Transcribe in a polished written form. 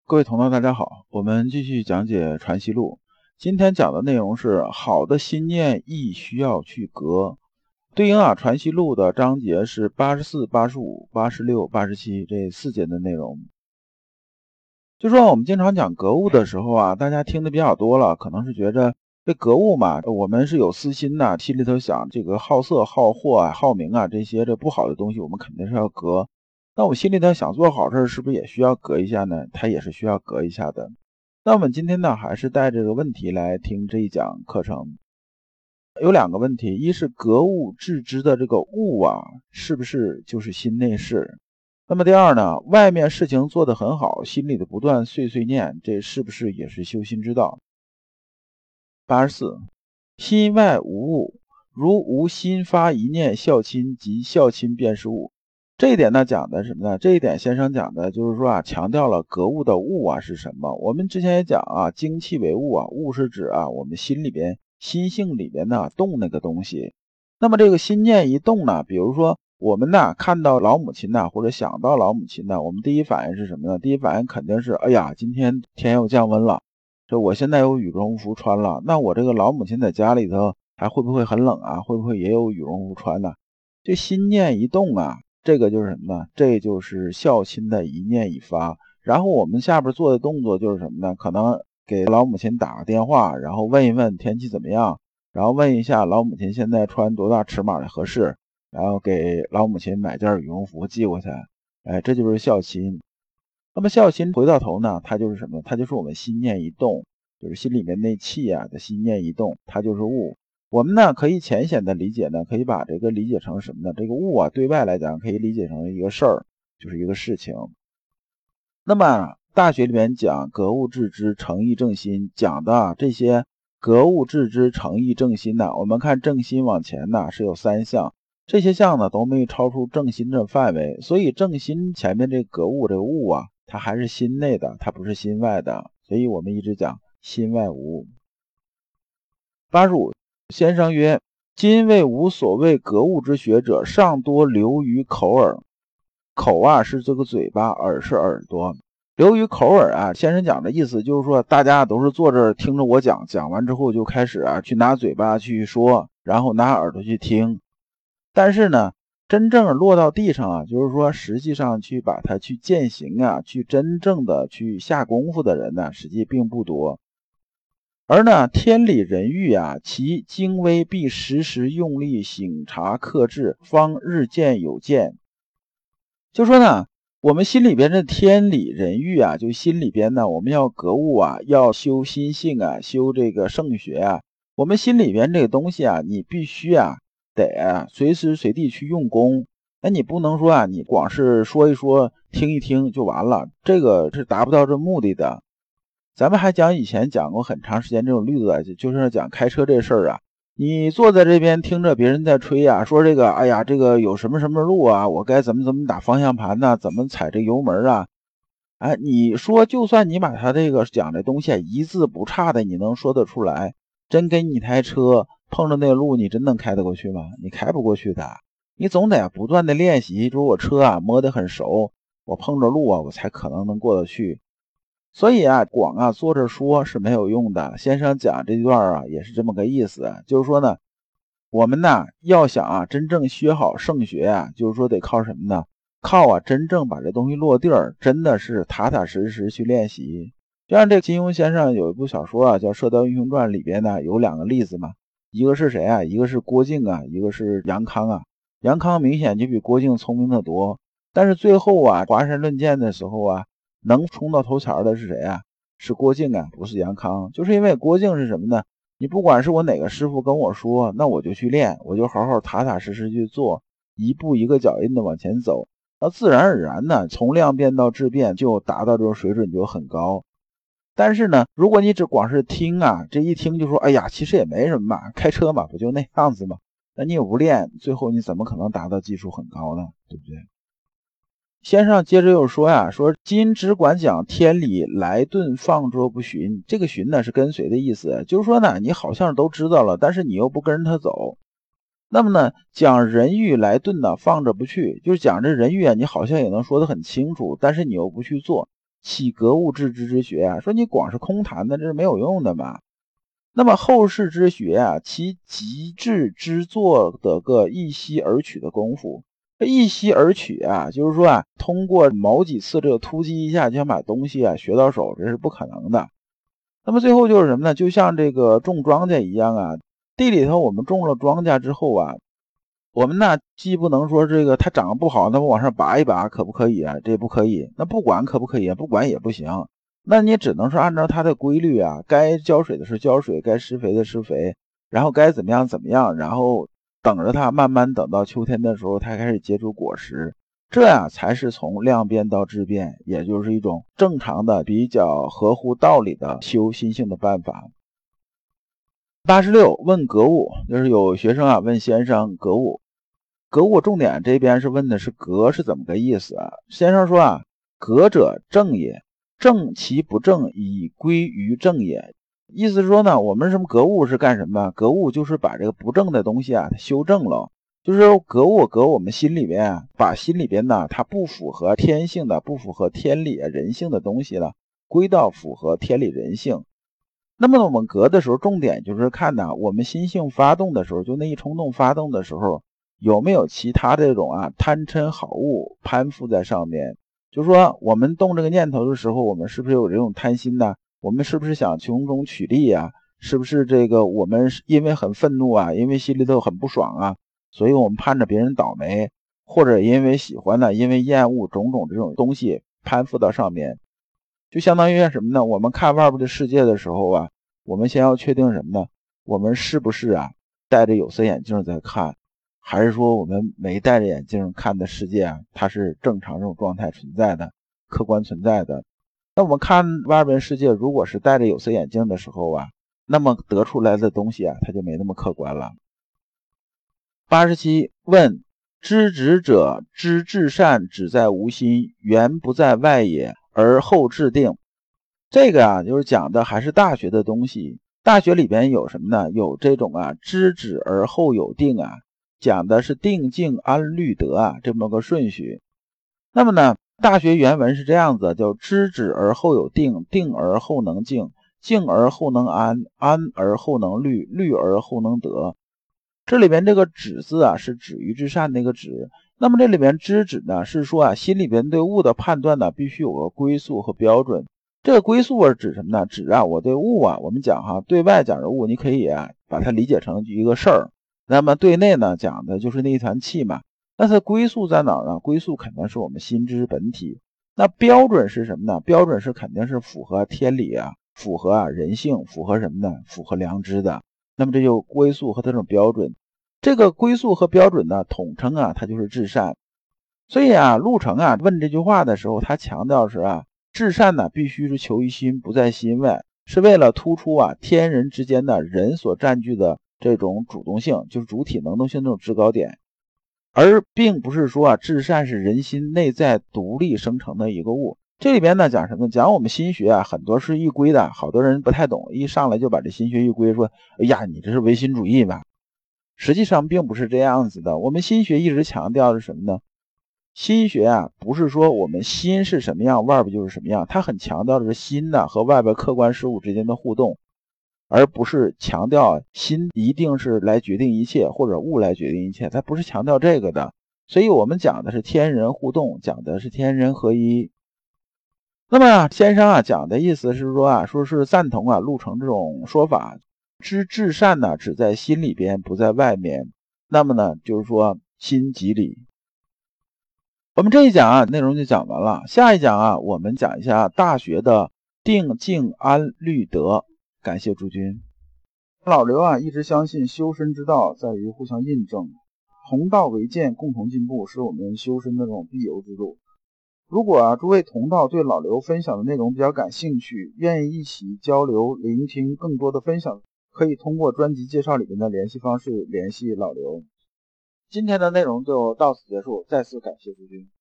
各位同道，大家好，我们继续讲解传习录。今天讲的内容是好的心念亦需要去革。对应传习录的章节是84、85、86、87这4节的内容。就说我们经常讲格物的时候大家听的比较多了，可能是觉着这格物嘛，我们是有私心的，心里头想这个好色、好货好名这些不好的东西，我们肯定是要革。那我们心里头想做好事，是不是也需要革一下呢？它也是需要革一下的。那我们今天呢，还是带这个问题来听这一讲课程。有2个问题，一是格物致知的这个物是不是就是心内事？那么第二呢，外面事情做得很好，心里的不断碎碎念，这是不是也是修心之道？84，心外无物，如无心发一念孝亲，即孝亲便是物。这一点呢讲的什么呢？这一点先生讲的就是说强调了格物的物是什么。我们之前也讲精气为物物是指我们心里边心性里边呢动那个东西。那么这个心念一动呢，比如说我们看到老母亲或者想到老母亲我们第一反应是什么呢？第一反应肯定是哎呀，今天天又降温了，这我现在有羽绒服穿了，那我这个老母亲在家里头还会不会很冷会不会也有羽绒服穿呢？这心念一动这个就是什么呢？这就是孝亲的一念一发。然后我们下边做的动作就是什么呢？可能给老母亲打个电话，然后问一问天气怎么样，然后问一下老母亲现在穿多大尺码的合适，然后给老母亲买件羽绒服寄过去。这就是孝亲。那么孝心回到头呢，它就是什么？它就是我们心念一动，就是心里面那气的心念一动，它就是物。我们呢可以浅显的理解呢，可以把这个理解成什么呢？这个物对外来讲可以理解成一个事儿，就是一个事情。那么大学里面讲格物致知、诚意正心，讲的这些格物致知、诚意正心我们看正心往前是有3项，这些项都没超出正心的范围，所以正心前面这格物这个物它还是心内的，它不是心外的，所以我们一直讲心外无。85，先生曰：今谓无所谓格物之学者，尚多流于口耳。口是这个嘴巴，耳是耳朵。流于口耳先生讲的意思就是说，大家都是坐这儿听着我讲，讲完之后就开始去拿嘴巴去说，然后拿耳朵去听。但是呢，真正落到地上就是说实际上去把它去践行去真正的去下功夫的人实际并不多。而呢，天理人欲其精微必时时用力省察克制，方日渐有见。就说呢，我们心里边的天理人欲就心里边呢，我们要格物要修心性修这个圣学我们心里边这个东西你必须得随时随地去用功。那你不能说你光是说一说听一听就完了，这个是达不到这目的的。咱们还以前讲过很长时间这种例子就是讲开车这事儿你坐在这边听着别人在吹说这个哎呀这个有什么什么路我该怎么打方向盘怎么踩这油门你说就算你把他这个讲的东西一字不差的你能说得出来，真给你台车碰着那个路，你真能开得过去吗？你开不过去的。你总得不断的练习，就是我车摸得很熟，我碰着路我才可能过得去。所以光坐着说是没有用的。先生讲这段也是这么个意思，就是说呢，我们要想真正学好圣学就是说得靠什么呢？靠真正把这东西落地儿，真的是踏踏实实去练习。就像这金庸先生有一部小说叫《射雕英雄传》，里边有2个例子嘛，一个是谁一个是郭靖一个是杨康杨康明显就比郭靖聪明得多，但是最后华山论剑的时候能冲到头前的是谁是郭靖不是杨康。就是因为郭靖是什么呢？你不管是我哪个师傅跟我说，那我就去练，我就好好踏踏实实去做，一步一个脚印的往前走，那自然而然从量变到质变，就达到这种水准就很高。但是呢，如果你只光是听这一听就说哎呀其实也没什么嘛，开车嘛不就那样子嘛，那你也不练，最后你怎么可能达到技术很高呢？对不对？先生接着又说说今只管讲天理来顿放着不循。这个循呢是跟随的意思，就是说呢你好像都知道了，但是你又不跟着他走。那么呢讲人欲来顿放着不去，就是讲这人欲你好像也能说得很清楚，但是你又不去做。 岂格物致知之学啊，说你光是空谈的这是没有用的嘛。那么后世之学啊，其极致之作的个一息而取的功夫，这一息而取啊，就是说啊，通过某几次这个突击一下就想把东西啊学到手，这是不可能的。那么最后就是什么呢？就像这个种庄稼一样啊，地里头我们种了庄稼之后啊，我们呢既不能说这个它长得不好，那么往上拔一拔可不可以啊？这不可以。那不管可不可以啊？不管也不行。那你只能是按照它的规律啊，该浇水的是浇水，该施肥的施肥，然后该怎么样怎么样，然后等着它慢慢等到秋天的时候，它开始结出果实，这样才是从量变到质变，也就是一种正常的、比较合乎道理的修心性的办法。86问格物，就是有学生啊问先生格物，格物重点这边是问的是格是怎么个意思啊？先生说啊，格者正也。正其不正以归于正也，意思是说呢，我们什么格物是干什么？格物就是把这个不正的东西啊修正了，就是格物格我们心里边啊，把心里边呢它不符合天性的、不符合天理人性的东西呢，归到符合天理人性。那么我们格的时候，重点就是看呢，我们心性发动的时候，就那一冲动发动的时候，有没有其他这种啊贪嗔好恶攀附在上面。就是说我们动这个念头的时候，我们是不是有这种贪心呢？我们是不是想从中取利啊？是不是这个我们因为很愤怒啊，因为心里头很不爽啊，所以我们盼着别人倒霉，或者因为喜欢呢，因为厌恶种种这种东西攀附到上面，就相当于什么呢？我们看外边的世界的时候啊，我们先要确定什么呢？我们是不是啊戴着有色眼镜在看？还是说我们没戴着眼镜看的世界啊，它是正常这种状态存在的，客观存在的。那我们看外边世界，如果是戴着有色眼镜的时候啊，那么得出来的东西啊，它就没那么客观了。87问：知止者，知至善只在无心，原不在外也，而后至定。这个啊，就是讲的还是大学的东西。大学里边有什么呢？有这种啊，知止而后有定啊。讲的是定静安虑得啊，这么个顺序。那么呢，大学原文是这样子，叫知止而后有定，定而后能静，静而后能安，安而后能虑，虑而后能得。这里边这个止字啊，是止于至善那个止。那么这里边知止呢，是说啊，心里边对物的判断呢，必须有个归宿和标准。这个归宿是指什么呢？指啊，我对物啊，我们讲哈，对外讲的物，你可以啊，把它理解成一个事儿。那么对内呢，讲的就是那一团气嘛。那它归宿在哪儿呢？归宿肯定是我们心之本体。那标准是什么呢？标准是肯定是符合天理啊，符合啊人性，符合什么呢？符合良知的。那么这就归宿和这种标准。这个归宿和标准呢，统称啊，它就是至善。所以啊，陆程啊问这句话的时候，他强调是啊，至善呢必须是求于心，不在心外，是为了突出啊天人之间的人所占据的这种主动性，就是主体能动性这种制高点，而并不是说啊至善是人心内在独立生成的一个物。这里边呢讲什么？讲我们心学啊，很多是预归的，好多人不太懂，一上来就把这心学预归，说哎呀，你这是唯心主义吧？实际上并不是这样子的。我们心学一直强调的是什么呢？心学啊，不是说我们心是什么样，外边就是什么样，它很强调的是心呢和外边客观事物之间的互动，而不是强调心一定是来决定一切，或者物来决定一切，它不是强调这个的。所以我们讲的是天人互动，讲的是天人合一。那么先生啊讲的意思是说啊，说是赞同啊陆程这种说法，知至善呢只在心里边，不在外面。那么呢，就是说心即理。我们这一讲啊，内容就讲完了。下一讲啊，我们讲一下大学的定静安虑得。感谢诸君。老刘啊，一直相信修身之道在于互相印证，同道为鉴，共同进步，是我们修身的这种必由之路。如果啊，诸位同道对老刘分享的内容比较感兴趣，愿意一起交流、聆听更多的分享，可以通过专辑介绍里面的联系方式联系老刘。今天的内容就到此结束，再次感谢诸君。